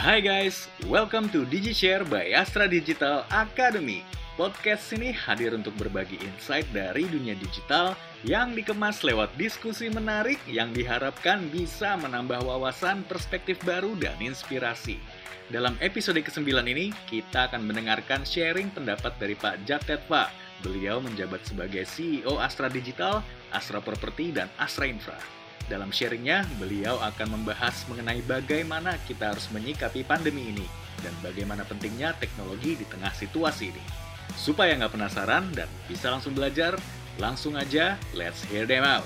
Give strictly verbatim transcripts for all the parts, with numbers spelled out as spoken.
Hai guys, welcome to DigiShare by Astra Digital Academy. Podcast ini hadir untuk berbagi insight dari dunia digital yang dikemas lewat diskusi menarik yang diharapkan bisa menambah wawasan, perspektif baru, dan inspirasi. Dalam episode kesembilan ini, kita akan mendengarkan sharing pendapat dari Pak Jatetva. Beliau menjabat sebagai C E O Astra Digital, Astra Property, dan Astra Infra. Dalam sharingnya, beliau akan membahas mengenai bagaimana kita harus menyikapi pandemi ini dan bagaimana pentingnya teknologi di tengah situasi ini. Supaya nggak penasaran dan bisa langsung belajar, langsung aja let's hear them out.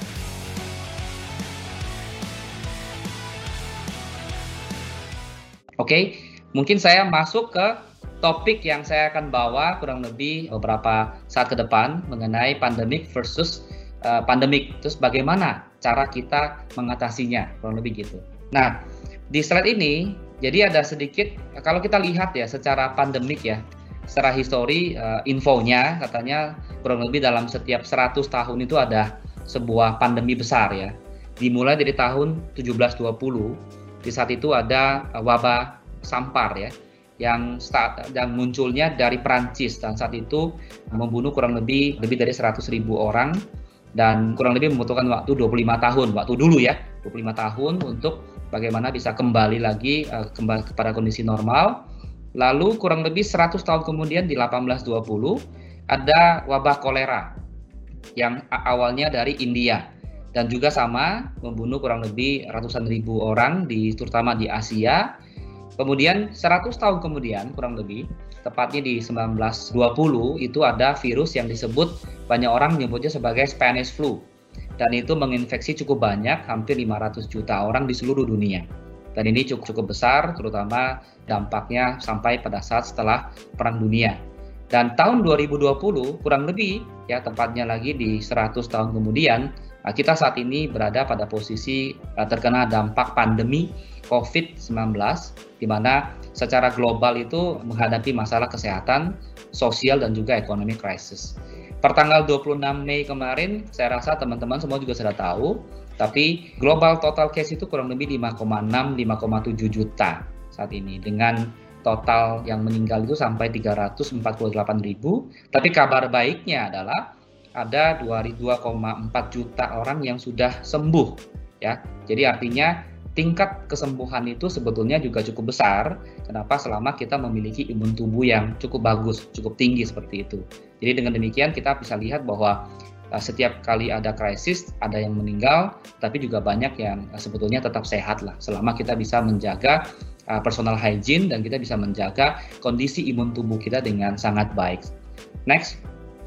Oke, mungkin saya masuk ke topik yang saya akan bawa kurang lebih beberapa saat ke depan mengenai pandemic versus uh, pandemic. Terus bagaimana cara kita mengatasinya, kurang lebih gitu. Nah, di slide ini, jadi ada sedikit, kalau kita lihat ya secara pandemik ya, secara histori uh, infonya katanya kurang lebih dalam setiap seratus tahun itu ada sebuah pandemi besar ya. Dimulai dari tahun tujuh belas dua puluh, di saat itu ada uh, wabah sampar ya, yang start yang munculnya dari Perancis dan saat itu membunuh kurang lebih lebih dari seratus ribu orang dan kurang lebih membutuhkan waktu dua puluh lima tahun, waktu dulu ya, dua puluh lima tahun untuk bagaimana bisa kembali lagi uh, kembali kepada kondisi normal. Lalu kurang lebih seratus tahun kemudian di delapan belas dua puluh ada wabah kolera yang awalnya dari India dan juga sama membunuh kurang lebih ratusan ribu orang di terutama di Asia. Kemudian seratus tahun kemudian kurang lebih tepatnya di sembilan belas dua puluh itu ada virus yang disebut banyak orang menyebutnya sebagai Spanish flu dan itu menginfeksi cukup banyak, hampir lima ratus juta orang di seluruh dunia. Dan ini cukup cukup besar, terutama dampaknya sampai pada saat setelah Perang Dunia. Dan tahun dua ribu dua puluh kurang lebih ya tepatnya lagi di seratus tahun kemudian kita saat ini berada pada posisi terkena dampak pandemi covid sembilan belas di mana secara global itu menghadapi masalah kesehatan, sosial dan juga ekonomi krisis. Pertanggal dua puluh enam Mei kemarin saya rasa teman-teman semua juga sudah tahu, tapi global total case itu kurang lebih lima koma enam sampai lima koma tujuh juta saat ini dengan total yang meninggal itu sampai tiga ratus empat puluh delapan ribu. Tapi kabar baiknya adalah ada dua koma empat juta orang yang sudah sembuh ya. Jadi artinya tingkat kesembuhan itu sebetulnya juga cukup besar. Kenapa? Selama kita memiliki imun tubuh yang cukup bagus, cukup tinggi seperti itu. Jadi dengan demikian kita bisa lihat bahwa setiap kali ada krisis, ada yang meninggal, tapi juga banyak yang sebetulnya tetap sehat lah. Selama kita bisa menjaga uh, personal hygiene dan kita bisa menjaga kondisi imun tubuh kita dengan sangat baik. Next.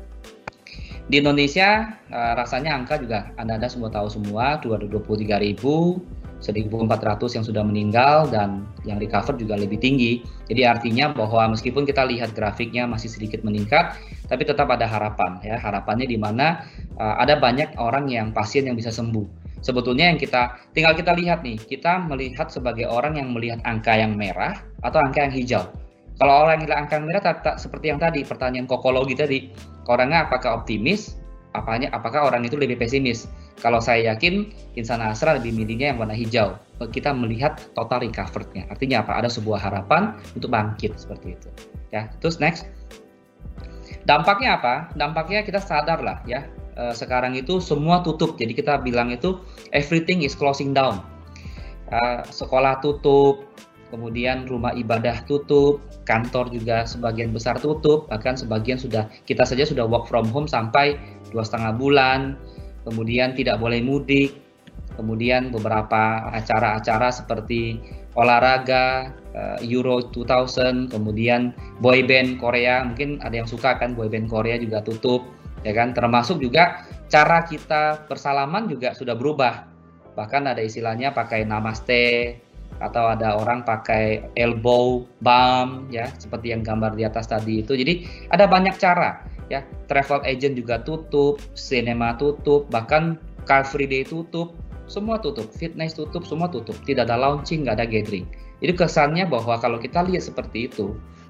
Di Indonesia, uh, rasanya angka juga Anda-Anda semua tahu semua, dua ratus dua puluh tiga ribu, seribu empat ratus yang sudah meninggal dan yang recover juga lebih tinggi. Jadi artinya bahwa meskipun kita lihat grafiknya masih sedikit meningkat, tapi tetap ada harapan ya. Harapannya di mana uh, ada banyak orang yang pasien yang bisa sembuh. Sebetulnya yang kita tinggal kita lihat nih, kita melihat sebagai orang yang melihat angka yang merah atau angka yang hijau. Kalau orang yang melihat angka yang merah tak, tak, seperti yang tadi pertanyaan kokologi tadi, orangnya apakah optimis? Apanya, apakah orang itu lebih pesimis? Kalau saya yakin Insan Astra lebih milihnya yang warna hijau. Kita melihat total recovered-nya. Artinya apa? Ada sebuah harapan untuk bangkit seperti itu. Ya, terus next. Dampaknya apa? Dampaknya kita sadar lah ya. E, sekarang itu semua tutup. Jadi kita bilang itu everything is closing down. E, sekolah tutup, kemudian rumah ibadah tutup, kantor juga sebagian besar tutup, bahkan sebagian sudah kita saja sudah work from home sampai dua setengah bulan. Kemudian tidak boleh mudik, kemudian beberapa acara-acara seperti olahraga, uh, Euro dua ribu, kemudian boyband Korea, mungkin ada yang suka kan boyband Korea juga tutup, ya kan. Termasuk juga cara kita bersalaman juga sudah berubah, bahkan ada istilahnya pakai namaste, atau ada orang pakai elbow bump, ya seperti yang gambar di atas tadi itu. Jadi ada banyak cara. Ya, travel agent juga tutup, cinema tutup, bahkan car free day tutup, semua tutup, fitness tutup, semua tutup, tidak ada launching, nggak ada gathering. Jadi kesannya bahwa kalau kita lihat seperti itu,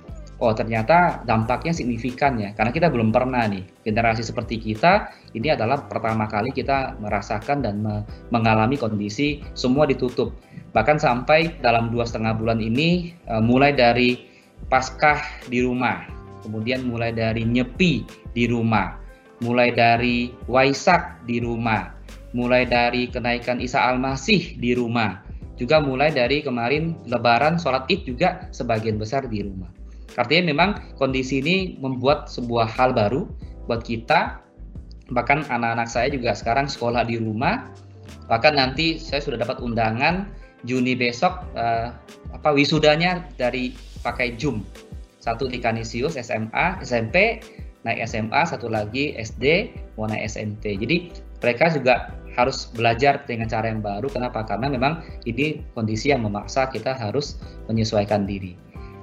oh ternyata dampaknya signifikan ya, karena kita belum pernah nih, generasi seperti kita, ini adalah pertama kali kita merasakan dan me- mengalami kondisi semua ditutup. Bahkan sampai dalam dua setengah bulan ini, uh, mulai dari Paskah di rumah, kemudian mulai dari Nyepi di rumah, mulai dari Waisak di rumah, mulai dari kenaikan Isa Al-Masih di rumah, juga mulai dari kemarin Lebaran, sholat Id juga sebagian besar di rumah. Artinya memang kondisi ini membuat sebuah hal baru buat kita. Bahkan anak-anak saya juga sekarang sekolah di rumah. Bahkan nanti saya sudah dapat undangan Juni besok eh, apa wisudanya dari pakai Zoom. Satu di Kanisius S M A, S M P, naik S M A, satu lagi S D, mau naik S M T. Jadi mereka juga harus belajar dengan cara yang baru. Kenapa? Karena memang ini kondisi yang memaksa kita harus menyesuaikan diri.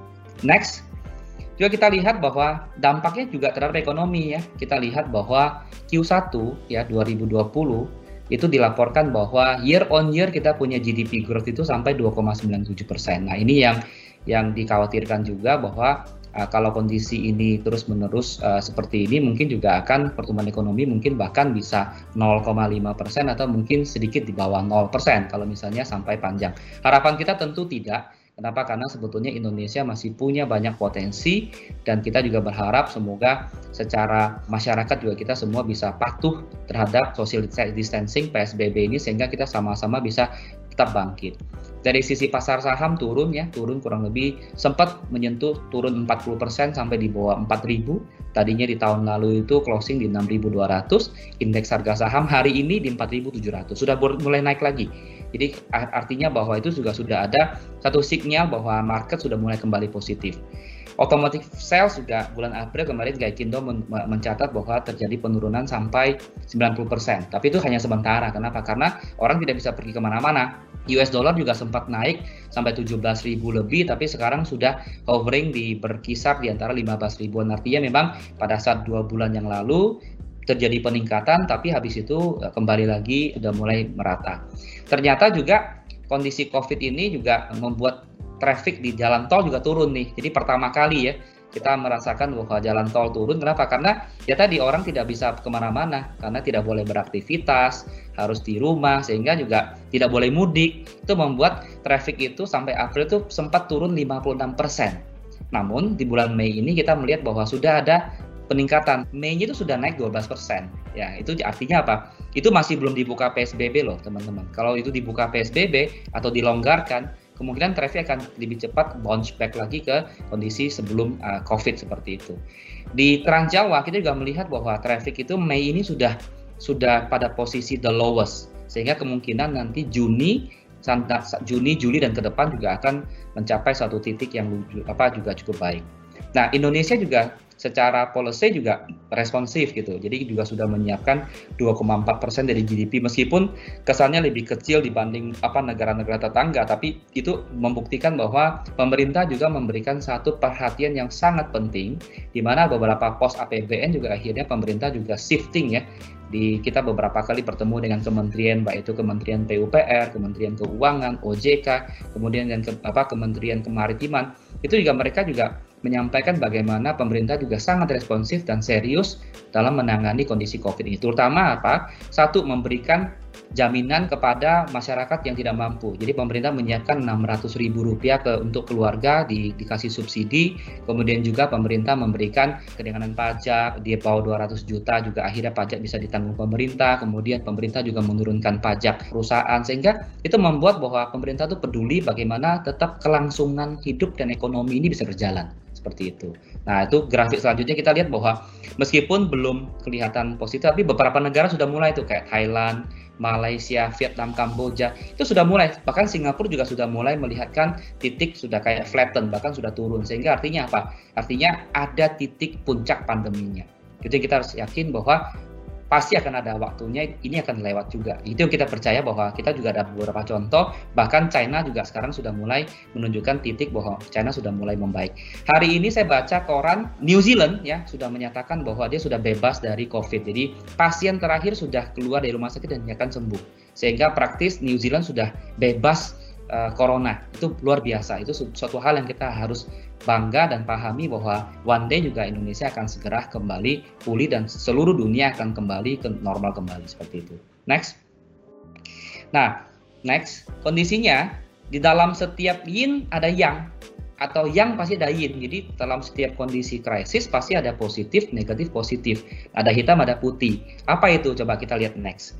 Next, juga kita lihat bahwa dampaknya juga terhadap ekonomi ya. Kita lihat bahwa Q satu ya dua ribu dua puluh itu dilaporkan bahwa year on year kita punya G D P growth itu sampai dua koma sembilan tujuh persen. Nah ini yang yang dikhawatirkan juga bahwa uh, kalau kondisi ini terus-menerus uh, seperti ini mungkin juga akan pertumbuhan ekonomi mungkin bahkan bisa nol koma lima persen atau mungkin sedikit di bawah nol persen kalau misalnya sampai panjang. Harapan kita tentu tidak. Kenapa? Karena sebetulnya Indonesia masih punya banyak potensi dan kita juga berharap semoga secara masyarakat juga kita semua bisa patuh terhadap social distancing P S B B ini sehingga kita sama-sama bisa tetap bangkit. Dari sisi pasar saham turun ya, turun kurang lebih sempat menyentuh turun empat puluh persen sampai di bawah empat ribu. Tadinya di tahun lalu itu closing di enam ribu dua ratus, indeks harga saham hari ini di empat ribu tujuh ratus. Sudah mulai naik lagi. Jadi artinya bahwa itu juga sudah ada satu sinyal bahwa market sudah mulai kembali positif. Automotive sales juga bulan April kemarin Gaikindo men- mencatat bahwa terjadi penurunan sampai sembilan puluh persen. Tapi itu hanya sementara. Kenapa? Karena orang tidak bisa pergi kemana-mana. U S dollar juga sempat naik sampai tujuh belas ribu lebih, tapi sekarang sudah hovering di berkisar di antara lima belas ribuan. Artinya memang pada saat dua bulan yang lalu terjadi peningkatan, tapi habis itu kembali lagi sudah mulai merata. Ternyata juga kondisi COVID ini juga membuat traffic di jalan tol juga turun nih. Jadi pertama kali ya kita merasakan bahwa jalan tol turun. Kenapa? Karena ya tadi orang tidak bisa kemana-mana karena tidak boleh beraktivitas, harus di rumah sehingga juga tidak boleh mudik. Itu membuat traffic itu sampai April itu sempat turun lima puluh enam persen. Namun di bulan Mei ini kita melihat bahwa sudah ada peningkatan. Mei-nya itu sudah naik dua belas persen. Ya, itu artinya apa? Itu masih belum dibuka P S B B loh, teman-teman. Kalau itu dibuka P S B B atau dilonggarkan, kemungkinan traffic akan lebih cepat bounce back lagi ke kondisi sebelum uh, COVID seperti itu. Di Trans Jawa kita juga melihat bahwa traffic itu Mei ini sudah sudah pada posisi the lowest. Sehingga kemungkinan nanti Juni Juni, Juli dan ke depan juga akan mencapai satu titik yang apa juga cukup baik. Nah, Indonesia juga secara policy juga responsif gitu. Jadi juga sudah menyiapkan dua koma empat persen dari G D P meskipun kesannya lebih kecil dibanding apa negara-negara tetangga, tapi itu membuktikan bahwa pemerintah juga memberikan satu perhatian yang sangat penting di mana beberapa pos A P B N juga akhirnya pemerintah juga shifting ya. Di kita beberapa kali bertemu dengan kementerian, baik itu Kementerian P U P R, Kementerian Keuangan, O J K, kemudian dan ke, apa Kementerian Kemaritiman, itu juga mereka juga menyampaikan bagaimana pemerintah juga sangat responsif dan serius dalam menangani kondisi COVID ini. Terutama apa? Satu, memberikan jaminan kepada masyarakat yang tidak mampu. Jadi pemerintah menyiapkan enam ratus ribu rupiah ke, untuk keluarga di, dikasih subsidi. Kemudian juga pemerintah memberikan keringanan pajak di bawah dua ratus juta juga akhirnya pajak bisa ditanggung pemerintah. Kemudian pemerintah juga menurunkan pajak perusahaan sehingga itu membuat bahwa pemerintah itu peduli bagaimana tetap kelangsungan hidup dan ekonomi ini bisa berjalan. Seperti itu. Nah, itu grafik selanjutnya kita lihat bahwa meskipun belum kelihatan positif, tapi beberapa negara sudah mulai tuh kayak Thailand, Malaysia, Vietnam, Kamboja, itu sudah mulai. Bahkan Singapura juga sudah mulai melihatkan titik sudah kayak flatten, bahkan sudah turun. Sehingga artinya apa? Artinya ada titik puncak pandeminya. Jadi kita harus yakin bahwa pasti akan ada waktunya, ini akan lewat juga. Itu yang kita percaya bahwa kita juga ada beberapa contoh, bahkan China juga sekarang sudah mulai menunjukkan titik bahwa China sudah mulai membaik. Hari ini saya baca koran New Zealand ya sudah menyatakan bahwa dia sudah bebas dari COVID. Jadi pasien terakhir sudah keluar dari rumah sakit dan dinyatakan sembuh. Sehingga praktis New Zealand sudah bebas uh, corona. Itu luar biasa. Itu su- suatu hal yang kita harus bangga dan pahami bahwa one day juga Indonesia akan segera kembali pulih dan seluruh dunia akan kembali ke normal kembali seperti itu. Next. Nah, next, kondisinya di dalam setiap yin ada yang, atau yang pasti ada yin. Jadi dalam setiap kondisi krisis pasti ada positif, negatif, positif. Ada hitam, ada putih. Apa itu? Coba kita lihat next.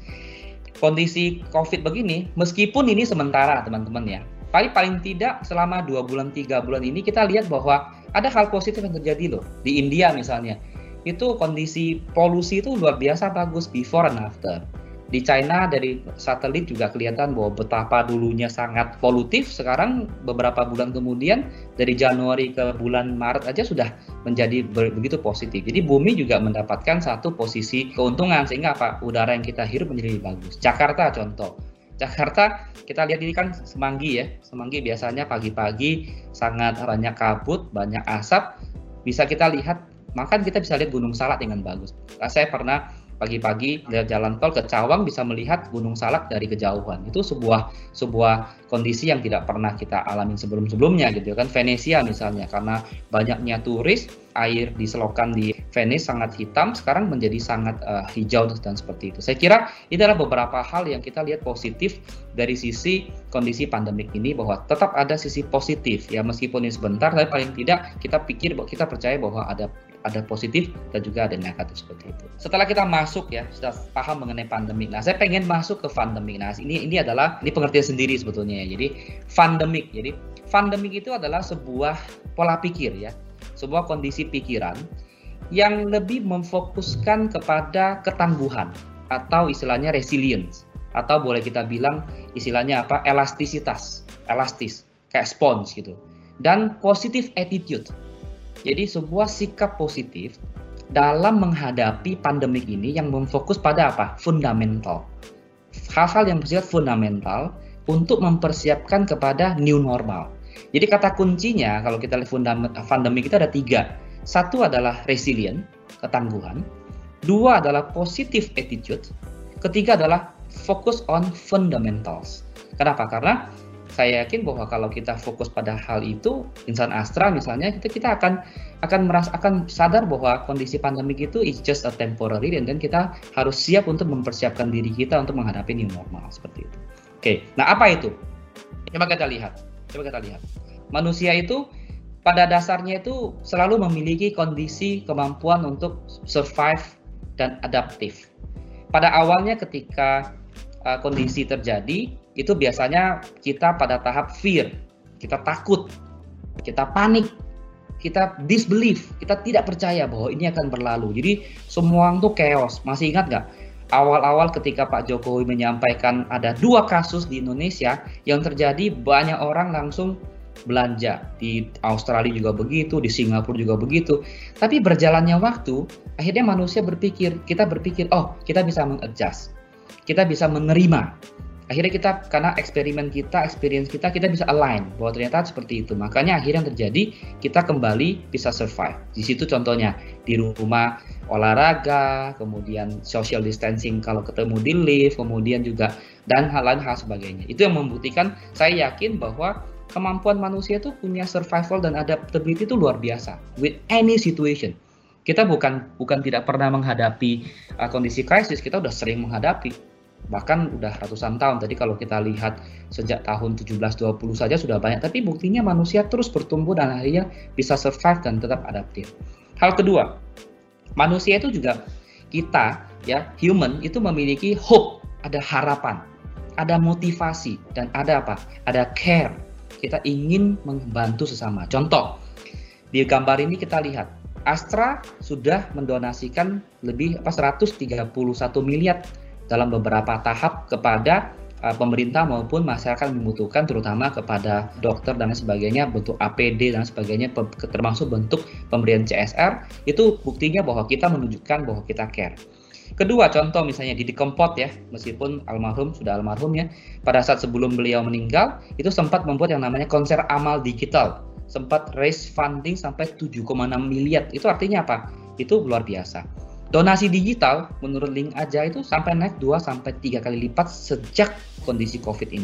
Kondisi COVID begini, meskipun ini sementara teman-teman ya, paling paling tidak selama dua bulan, tiga bulan ini kita lihat bahwa ada hal positif yang terjadi loh. Di India misalnya, itu kondisi polusi itu luar biasa bagus before and after. Di China dari satelit juga kelihatan bahwa betapa dulunya sangat polutif, sekarang beberapa bulan kemudian dari Januari ke bulan Maret aja sudah menjadi begitu positif. Jadi bumi juga mendapatkan satu posisi keuntungan sehingga apa? Udara yang kita hirup menjadi lebih bagus. Jakarta contoh. Jakarta kita lihat ini kan Semanggi ya. Semanggi biasanya pagi-pagi sangat banyak kabut, banyak asap. Bisa kita lihat, maka kita bisa lihat Gunung Salak dengan bagus. Nah, saya pernah pagi-pagi dari jalan tol ke Cawang bisa melihat Gunung Salak dari kejauhan. Itu sebuah sebuah kondisi yang tidak pernah kita alami sebelum-sebelumnya gitu kan. Venesia misalnya, karena banyaknya turis, air di selokan di Venice sangat hitam, sekarang menjadi sangat uh, hijau dan seperti itu. Saya kira ini adalah beberapa hal yang kita lihat positif dari sisi kondisi pandemik ini, bahwa tetap ada sisi positif ya, meskipun ini sebentar, tapi paling tidak kita pikir, kita percaya bahwa ada ada positif dan juga ada negatif seperti itu. Setelah kita masuk ya, sudah paham mengenai pandemik. Nah, saya pengen masuk ke pandemik. Nah, ini ini adalah ini pengertian sendiri sebetulnya ya. Jadi pandemik. Jadi pandemik itu adalah sebuah pola pikir ya, sebuah kondisi pikiran yang lebih memfokuskan kepada ketangguhan atau istilahnya resilience, atau boleh kita bilang istilahnya apa? elastisitas, elastis, kayak sponge gitu. Dan positive attitude. Jadi sebuah sikap positif dalam menghadapi pandemik ini yang memfokus pada apa? Fundamental. Hal-hal yang bersifat fundamental untuk mempersiapkan kepada new normal. Jadi kata kuncinya kalau kita lihat pandemik itu ada tiga. Satu adalah resilient, ketangguhan. Dua adalah positive attitude. Ketiga adalah focus on fundamentals. Kenapa? Karena saya yakin bahwa kalau kita fokus pada hal itu, Insan Astra misalnya, kita kita akan akan merasa akan sadar bahwa kondisi pandemik itu is just a temporary, dan then kita harus siap untuk mempersiapkan diri kita untuk menghadapi new normal seperti itu. Oke, nah apa itu? Coba kita lihat. Coba kita lihat. Manusia itu pada dasarnya itu selalu memiliki kondisi kemampuan untuk survive dan adaptif. Pada awalnya ketika uh, kondisi terjadi, itu biasanya kita pada tahap fear, kita takut, kita panik, kita disbelief, kita tidak percaya bahwa ini akan berlalu. Jadi semua itu chaos. Masih ingat nggak? Awal-awal ketika Pak Jokowi menyampaikan ada dua kasus di Indonesia, yang terjadi banyak orang langsung belanja. Di Australia juga begitu, di Singapura juga begitu. Tapi berjalannya waktu, akhirnya manusia berpikir, kita berpikir, oh kita bisa mengadjust, kita bisa menerima. Akhirnya kita, karena eksperimen kita, experience kita, kita bisa align bahwa ternyata seperti itu. Makanya akhirnya yang terjadi, kita kembali bisa survive. Di situ contohnya, di rumah olahraga, kemudian social distancing kalau ketemu di lift, kemudian juga, dan hal lain hal sebagainya. Itu yang membuktikan, saya yakin bahwa kemampuan manusia itu punya survival dan adaptability itu luar biasa. With any situation. Kita bukan bukan tidak pernah menghadapi uh, kondisi krisis, kita udah sering menghadapi. Bahkan udah ratusan tahun. Tadi kalau kita lihat sejak tahun tujuh belas dua puluh saja sudah banyak, tapi buktinya manusia terus bertumbuh dan akhirnya bisa survive dan tetap adaptif. Hal kedua, manusia itu juga, kita ya, human itu memiliki hope, ada harapan, ada motivasi, dan ada apa? Ada care. Kita ingin membantu sesama. Contoh, di gambar ini kita lihat Astra sudah mendonasikan lebih apa seratus tiga puluh satu miliar dalam beberapa tahap kepada uh, pemerintah maupun masyarakat yang membutuhkan, terutama kepada dokter dan sebagainya, bentuk A P D dan sebagainya, termasuk bentuk pemberian C S R. Itu buktinya bahwa kita menunjukkan bahwa kita care. Kedua, contoh misalnya Didi Kempot ya, meskipun almarhum, sudah almarhum ya, pada saat sebelum beliau meninggal, itu sempat membuat yang namanya konser amal digital, sempat raise funding sampai tujuh koma enam miliar. Itu artinya apa? Itu luar biasa. Donasi digital menurut link aja itu sampai naik dua sampai tiga kali lipat sejak kondisi COVID ini.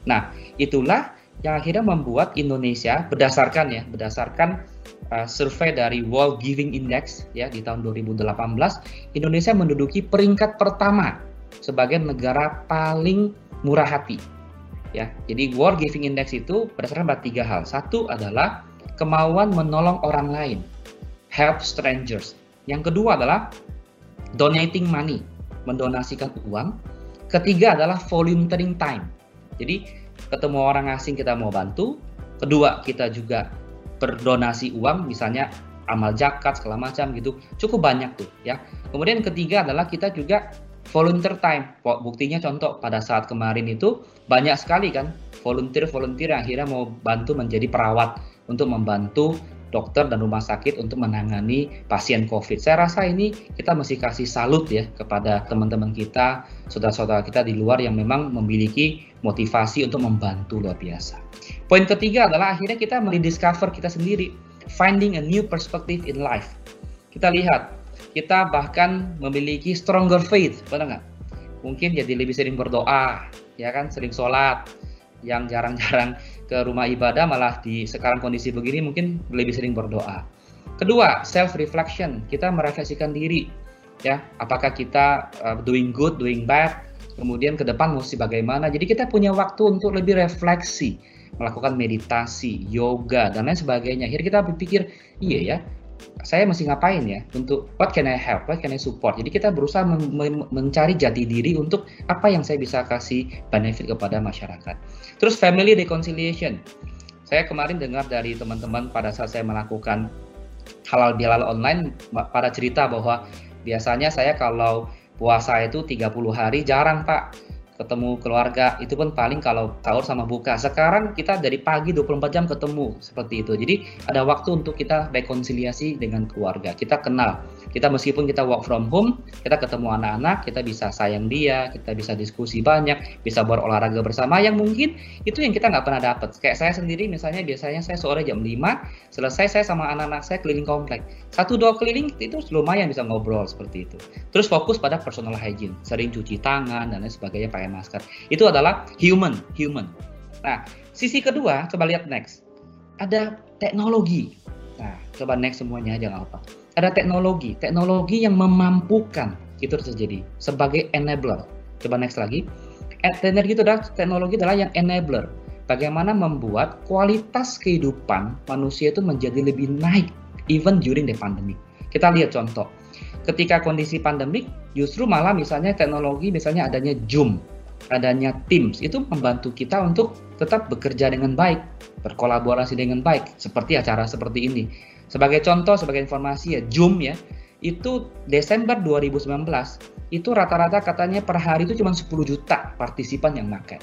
Nah, itulah yang akhirnya membuat Indonesia berdasarkan ya, berdasarkan uh, survei dari World Giving Index ya di tahun dua ribu delapan belas, Indonesia menduduki peringkat pertama sebagai negara paling murah hati. Ya, jadi World Giving Index itu berdasarkan pada tiga hal. Satu adalah kemauan menolong orang lain, help strangers. Yang kedua adalah donating money, mendonasikan uang. Ketiga adalah volunteering time. Jadi ketemu orang asing kita mau bantu. Kedua, kita juga berdonasi uang, misalnya amal zakat segala macam gitu. Cukup banyak tuh ya. Kemudian ketiga adalah kita juga volunteer time. Buktinya contoh pada saat kemarin itu banyak sekali kan volunteer-volunteer yang akhirnya mau bantu menjadi perawat untuk membantu dokter dan rumah sakit untuk menangani pasien COVID. Saya rasa ini kita mesti kasih salut ya kepada teman-teman kita, saudara-saudara kita di luar yang memang memiliki motivasi untuk membantu luar biasa. Poin ketiga adalah akhirnya kita merediscover kita sendiri, finding a new perspective in life. Kita lihat, kita bahkan memiliki stronger faith, benar nggak? Mungkin jadi lebih sering berdoa, ya kan, sering sholat, yang jarang-jarang ke rumah ibadah malah di sekarang kondisi begini mungkin lebih sering berdoa. Kedua, self reflection, kita merefleksikan diri, ya, apakah kita uh, doing good, doing bad, kemudian ke depan mesti bagaimana. Jadi kita punya waktu untuk lebih refleksi, melakukan meditasi, yoga dan lain sebagainya. Akhirnya kita berpikir, iya ya, saya mesti ngapain ya untuk what can I help, what can I support. Jadi kita berusaha men- men- mencari jati diri untuk apa yang saya bisa kasih benefit kepada masyarakat. Terus family reconciliation. Saya kemarin dengar dari teman-teman pada saat saya melakukan halal bihalal online, pada cerita bahwa biasanya saya kalau puasa itu tiga puluh hari jarang Pak ketemu keluarga, itu pun paling kalau sahur sama buka. Sekarang kita dari pagi dua puluh empat jam ketemu, seperti itu. Jadi ada waktu untuk kita rekonsiliasi dengan keluarga, kita kenal. Kita meskipun kita work from home, kita ketemu anak-anak, kita bisa sayang dia, kita bisa diskusi banyak, bisa berolahraga bersama, yang mungkin itu yang kita nggak pernah dapat. Kayak saya sendiri misalnya, biasanya saya sore jam lima, selesai saya sama anak-anak saya keliling komplek. Satu dua keliling itu lumayan bisa ngobrol seperti itu. Terus fokus pada personal hygiene, sering cuci tangan dan lain sebagainya, pakai masker. Itu adalah human, human. Nah, sisi kedua, coba lihat next. Ada teknologi. Nah, coba next semuanya, jangan lupa. Ada teknologi, teknologi yang memampukan itu terjadi sebagai enabler. Coba next lagi. Teknologi itu adalah teknologi adalah yang enabler. Bagaimana membuat kualitas kehidupan manusia itu menjadi lebih naik even during the pandemic. Kita lihat contoh. Ketika kondisi pandemik, justru malah misalnya teknologi, misalnya adanya Zoom, adanya Teams, itu membantu kita untuk tetap bekerja dengan baik, berkolaborasi dengan baik, seperti acara seperti ini. Sebagai contoh, sebagai informasi ya, Zoom ya, itu Desember dua ribu sembilan belas, itu rata-rata katanya per hari itu cuma sepuluh juta partisipan yang pakai.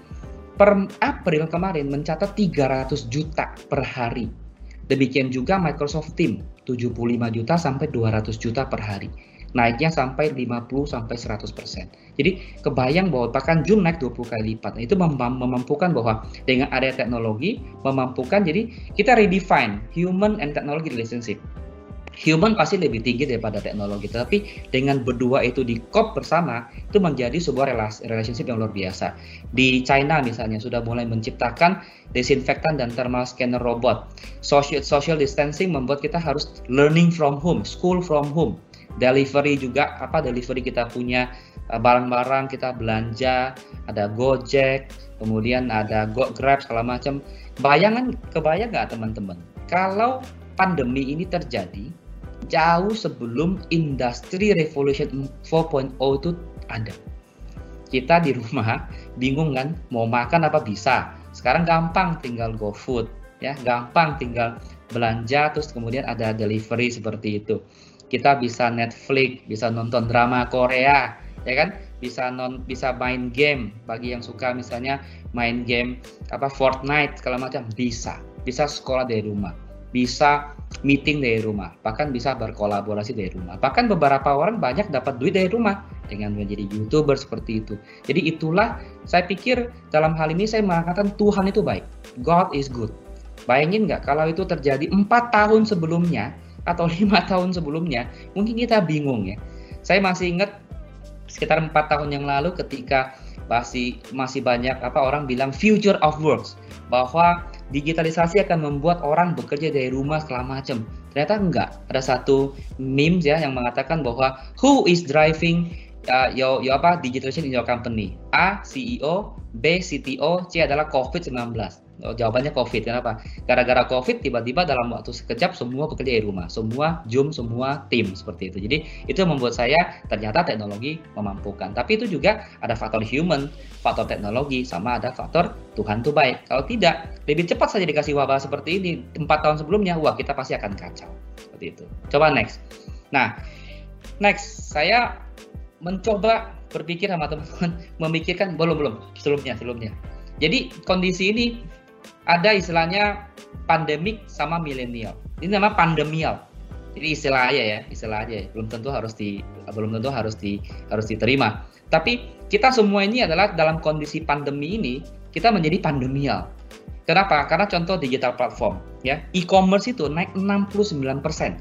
Per April kemarin mencatat tiga ratus juta per hari. Demikian juga Microsoft Teams, tujuh puluh lima juta sampai dua ratus juta per hari. Naiknya sampai lima puluh sampai seratus persen. Jadi kebayang bahwa bahkan Zoom naik dua puluh kali lipat. Nah, itu memampukan bahwa dengan area teknologi memampukan, jadi kita redefine human and technology relationship. Human pasti lebih tinggi daripada teknologi, tapi dengan berdua itu di co-op bersama, itu menjadi sebuah relasi, relationship yang luar biasa. Di China misalnya sudah mulai menciptakan desinfektan dan thermal scanner robot. Social, social distancing membuat kita harus learning from home, school from home. Delivery juga, apa delivery kita punya barang-barang, kita belanja, ada Gojek, kemudian ada Go Grab segala macam. Bayangan, kebayang nggak teman-teman? Kalau pandemi ini terjadi jauh sebelum Industri Revolution empat titik nol itu ada. Kita di rumah bingung kan, mau makan apa bisa. Sekarang gampang, tinggal GoFood, ya, gampang tinggal belanja, terus kemudian ada delivery seperti itu. Kita bisa Netflix, bisa nonton drama Korea, ya kan? Bisa non, bisa main game. Bagi yang suka misalnya main game apa Fortnite segala macam, bisa. Bisa sekolah dari rumah, bisa meeting dari rumah, bahkan bisa berkolaborasi dari rumah. Bahkan beberapa orang banyak dapat duit dari rumah dengan menjadi YouTuber seperti itu. Jadi itulah saya pikir dalam hal ini saya mengatakan Tuhan itu baik. God is good. Bayangin nggak kalau itu terjadi empat tahun sebelumnya atau lima tahun sebelumnya, mungkin kita bingung ya. Saya masih ingat sekitar empat tahun yang lalu ketika masih masih banyak apa orang bilang future of works, bahwa digitalisasi akan membuat orang bekerja dari rumah segala macam. Ternyata enggak. Ada satu memes ya yang mengatakan bahwa who is driving uh, your, your apa digitalization in your company? A. C E O, B. C T O, C adalah covid sembilan belas. Oh, jawabannya COVID. Kenapa? Gara-gara COVID tiba-tiba dalam waktu sekejap semua bekerja di rumah, semua Zoom, semua tim seperti itu. Jadi itu membuat saya ternyata teknologi memampukan. Tapi itu juga ada faktor human, faktor teknologi, sama ada faktor Tuhan itu baik. Kalau tidak, lebih cepat saja dikasih wabah seperti ini empat tahun sebelumnya, wah kita pasti akan kacau. Seperti itu. Coba next. Nah, next saya mencoba berpikir sama teman-teman, memikirkan belum belum sebelumnya sebelumnya. Jadi kondisi ini ada istilahnya pandemik sama milenial. Ini nama pandemial. Jadi istilah aja ya, istilah aja ya. Belum tentu harus di belum tentu harus di harus diterima. Tapi kita semua ini adalah dalam kondisi pandemi ini kita menjadi pandemial. Kenapa? Karena contoh digital platform ya. E-commerce itu naik enam puluh sembilan persen.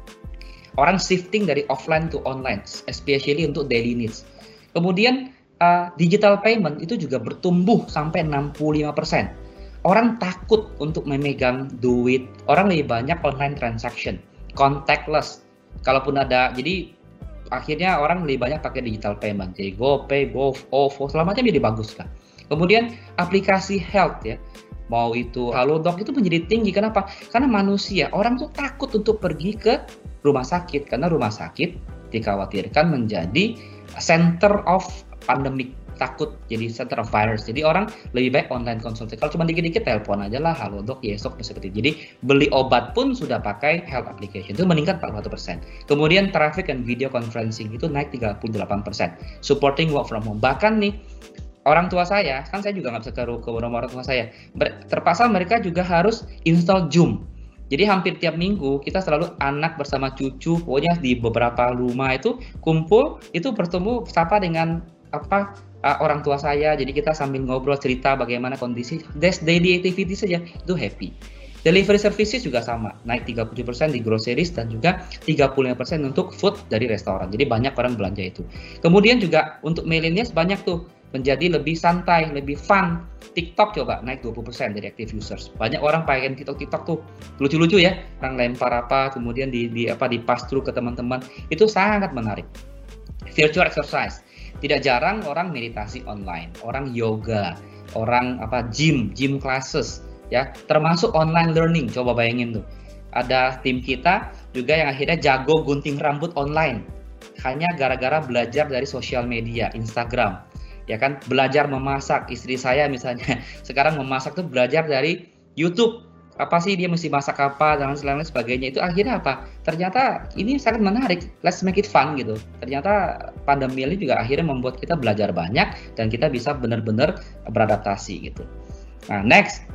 Orang shifting dari offline to online, especially untuk daily needs. Kemudian uh, digital payment itu juga bertumbuh sampai enam puluh lima persen. Orang takut untuk memegang duit, orang lebih banyak online transaction, contactless. Kalaupun ada, jadi akhirnya orang lebih banyak pakai digital payment, jadi GoPay, Go, O V O, selama macam jadi bagus kan. Kemudian aplikasi health ya, mau itu Halodoc itu menjadi tinggi. Kenapa? Karena manusia, orang tuh takut untuk pergi ke rumah sakit, karena rumah sakit dikhawatirkan menjadi center of pandemic. Takut jadi center of virus. Jadi orang lebih baik online consulting. Kalau cuma dikit-dikit telepon aja lah, Halodoc, Yesok, seperti itu. Jadi beli obat pun sudah pakai health application. Itu meningkat empat puluh satu persen. Kemudian traffic and video conferencing itu naik tiga puluh delapan persen. Supporting work from home. Bahkan nih, orang tua saya, kan saya juga nggak bisa ke rumah orang tua saya. Terpaksa mereka juga harus install Zoom. Jadi hampir tiap minggu kita selalu anak bersama cucu, pokoknya di beberapa rumah itu kumpul, itu bertemu sapa dengan apa uh, orang tua saya. Jadi kita sambil ngobrol cerita bagaimana kondisi, that's daily activity saja itu happy. Delivery services juga sama, naik tiga puluh tujuh persen di groceries dan juga tiga puluh lima persen untuk food dari restoran. Jadi banyak orang belanja itu. Kemudian juga untuk millennials banyak tuh menjadi lebih santai, lebih fun. TikTok coba naik dua puluh persen dari active users. Banyak orang pakai TikTok TikTok tuh lucu-lucu ya. Orang lempar apa, kemudian di, di apa di pass through ke teman-teman. Itu sangat menarik. Virtual exercise. Tidak jarang orang meditasi online, orang yoga, orang apa gym, gym classes ya, termasuk online learning. Coba bayangin tuh. Ada tim kita juga yang akhirnya jago gunting rambut online. Hanya gara-gara belajar dari sosial media, Instagram. Ya kan, belajar memasak. Istri saya misalnya sekarang memasak tuh belajar dari YouTube. Apa sih dia mesti masak apa dan lain sebagainya. Itu akhirnya apa? Ternyata ini sangat menarik. Let's make it fun gitu. Ternyata pandemi ini juga akhirnya membuat kita belajar banyak dan kita bisa benar-benar beradaptasi gitu. Nah, next.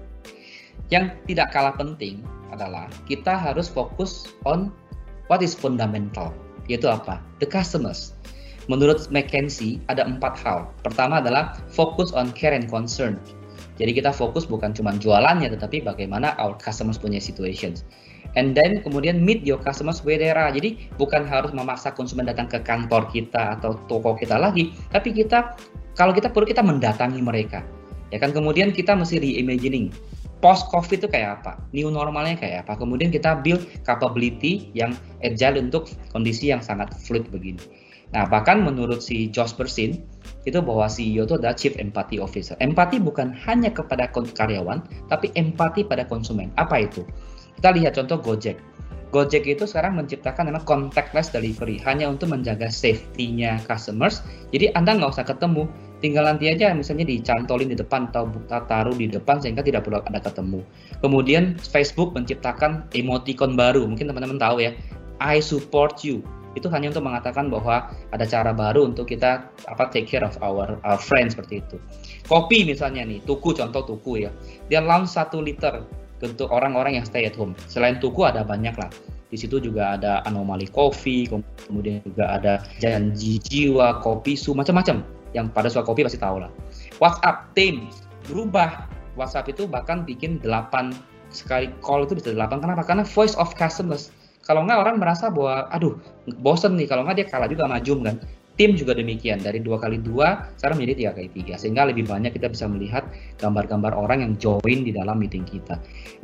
Yang tidak kalah penting adalah kita harus fokus on what is fundamental. Yaitu apa? The customers. Menurut McKinsey ada empat hal. Pertama adalah fokus on care and concern. Jadi kita fokus bukan cuma jualannya, tetapi bagaimana our customers punya situations. And then kemudian meet your customers where they are. Jadi bukan harus memaksa konsumen datang ke kantor kita atau toko kita lagi, tapi kita kalau kita perlu kita mendatangi mereka. Ya kan, kemudian kita mesti reimagining post COVID itu kayak apa, new normalnya kayak apa. Kemudian kita build capability yang agile untuk kondisi yang sangat fluid begini. Nah, bahkan menurut si Josh Bersin, itu bahwa C E O itu adalah Chief Empathy Officer. Empati bukan hanya kepada karyawan, tapi empati pada konsumen. Apa itu? Kita lihat contoh Gojek. Gojek itu sekarang menciptakan namanya contactless delivery, hanya untuk menjaga safety-nya customers. Jadi Anda nggak usah ketemu, tinggal nanti aja misalnya dicantolin di depan atau taruh di depan sehingga tidak perlu ada ketemu. Kemudian Facebook menciptakan emoticon baru, mungkin teman-teman tahu ya, I support you. Itu hanya untuk mengatakan bahwa ada cara baru untuk kita apa take care of our, our friends seperti itu. Kopi misalnya nih, Tuku, contoh Tuku ya. Dia launch satu liter untuk orang-orang yang stay at home. Selain Tuku ada banyak lah. Di situ juga ada Anomaly Coffee, kemudian juga ada Janji Jiwa, Kopi Su, macam-macam. Yang pada suka kopi pasti tahu lah. WhatsApp, Teams, berubah. WhatsApp itu bahkan bikin delapan sekali call itu bisa delapan. Kenapa? Karena voice of customers. Kalau nggak orang merasa bahwa, aduh, bosen nih. Kalau nggak dia kalah juga sama Zoom kan. Tim juga demikian, dari dua kali dua sekarang menjadi tiga kali tiga, sehingga lebih banyak kita bisa melihat gambar-gambar orang yang join di dalam meeting kita.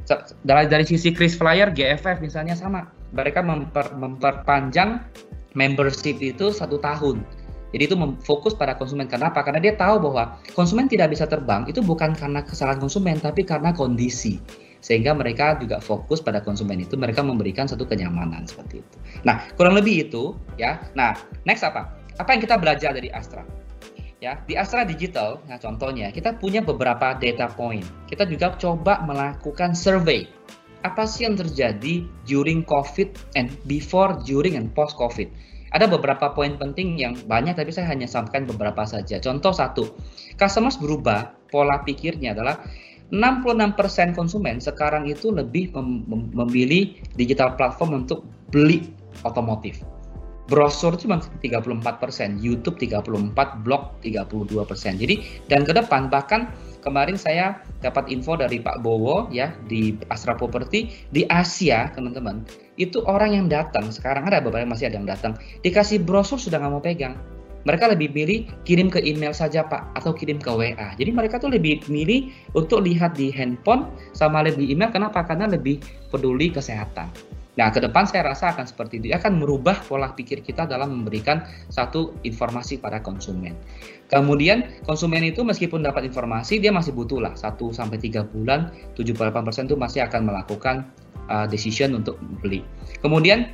Dari, dari sisi KrisFlyer, G F F misalnya sama, mereka memper, memperpanjang membership itu satu tahun. Jadi itu fokus pada konsumen. Kenapa? Karena dia tahu bahwa konsumen tidak bisa terbang itu bukan karena kesalahan konsumen, tapi karena kondisi. Sehingga mereka juga fokus pada konsumen itu, mereka memberikan satu kenyamanan seperti itu. Nah, kurang lebih itu ya. Nah, next apa? Apa yang kita belajar dari Astra? Ya, di Astra Digital, nah contohnya kita punya beberapa data point. Kita juga coba melakukan survey. Apa sih yang terjadi during COVID and before, during and post COVID? Ada beberapa poin penting yang banyak, tapi saya hanya sampaikan beberapa saja. Contoh satu, customers berubah, pola pikirnya adalah enam puluh enam persen konsumen sekarang itu lebih mem memilih digital platform untuk beli otomotif. Brosur cuma tiga puluh empat persen, YouTube tiga puluh empat persen, blog tiga puluh dua persen. Jadi, dan ke depan bahkan kemarin saya dapat info dari Pak Bowo ya di Astra Property di Asia, teman-teman. Itu orang yang datang, sekarang ada beberapa yang masih ada yang datang, dikasih brosur sudah nggak mau pegang. Mereka lebih milih kirim ke email saja Pak, atau kirim ke W A. Jadi mereka tuh lebih milih untuk lihat di handphone sama lihat di email. Kenapa? Karena lebih peduli kesehatan. Nah, ke depan saya rasa akan seperti itu, akan merubah pola pikir kita dalam memberikan satu informasi pada konsumen. Kemudian konsumen itu meskipun dapat informasi, dia masih butuh lah satu sampai tiga bulan, tujuh puluh delapan persen itu masih akan melakukan uh, decision untuk beli. Kemudian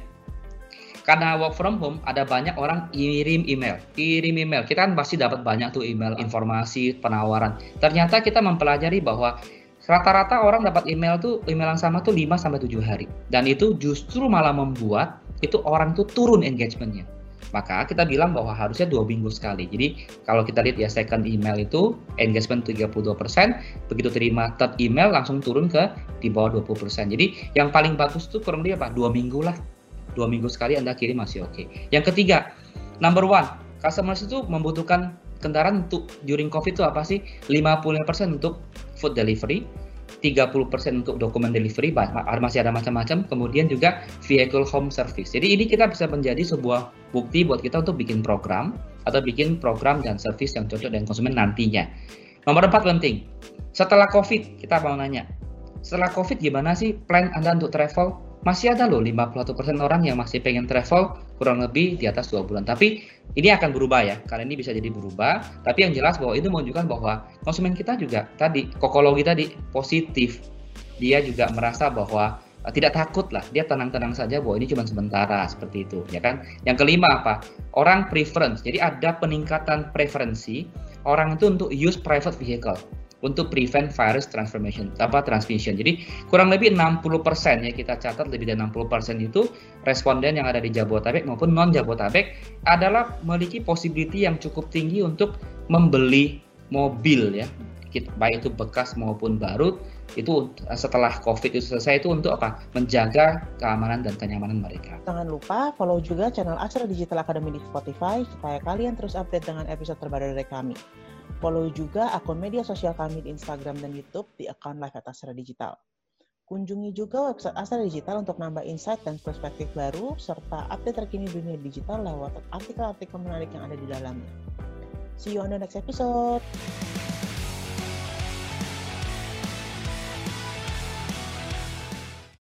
karena work from home, ada banyak orang kirim email, kirim email. Kita kan pasti dapat banyak tuh email, informasi, penawaran. Ternyata kita mempelajari bahwa rata-rata orang dapat email tuh email yang sama tuh lima sampai tujuh hari. Dan itu justru malah membuat itu orang tuh turun engagement-nya. Maka kita bilang bahwa harusnya dua minggu sekali. Jadi kalau kita lihat ya second email itu engagement tiga puluh dua persen, begitu terima third email langsung turun ke di bawah dua puluh persen. Jadi yang paling bagus tuh kurang lebih apa? dua minggu lah. Dua minggu sekali Anda kirim masih oke. Yang ketiga, number one, customers itu membutuhkan kendaraan untuk during COVID itu apa sih? lima puluh lima persen untuk food delivery, tiga puluh persen untuk dokumen delivery, masih ada macam-macam, kemudian juga vehicle home service. Jadi ini kita bisa menjadi sebuah bukti buat kita untuk bikin program atau bikin program dan service yang cocok dengan konsumen nantinya. Nomor empat penting, setelah COVID kita mau nanya, setelah COVID gimana sih plan Anda untuk travel? Masih ada loh lima puluh satu persen orang yang masih pengen travel kurang lebih di atas dua bulan. Tapi ini akan berubah ya, karena ini bisa jadi berubah. Tapi yang jelas bahwa itu menunjukkan bahwa konsumen kita juga tadi, kokologi tadi positif. Dia juga merasa bahwa uh, tidak takut lah, dia tenang-tenang saja bahwa ini cuma sementara seperti itu, ya kan? Yang kelima apa? Orang preference. Jadi ada peningkatan preferensi orang itu untuk use private vehicle untuk prevent virus transformation apa transmission. Jadi kurang lebih enam puluh persen ya kita catat, lebih dari enam puluh persen itu responden yang ada di Jabodetabek maupun non Jabodetabek adalah memiliki possibility yang cukup tinggi untuk membeli mobil ya, baik itu bekas maupun baru, itu setelah COVID itu selesai itu untuk apa? Menjaga keamanan dan kenyamanan mereka. Jangan lupa follow juga channel Astra Digital Academy di Spotify supaya kalian terus update dengan episode terbaru dari kami. Follow juga akun media sosial kami di Instagram dan YouTube di akun Live at Astra Digital. Kunjungi juga website Astra Digital untuk nambah insight dan perspektif baru, serta update terkini dunia digital lewat artikel-artikel menarik yang ada di dalamnya. See you on the next episode!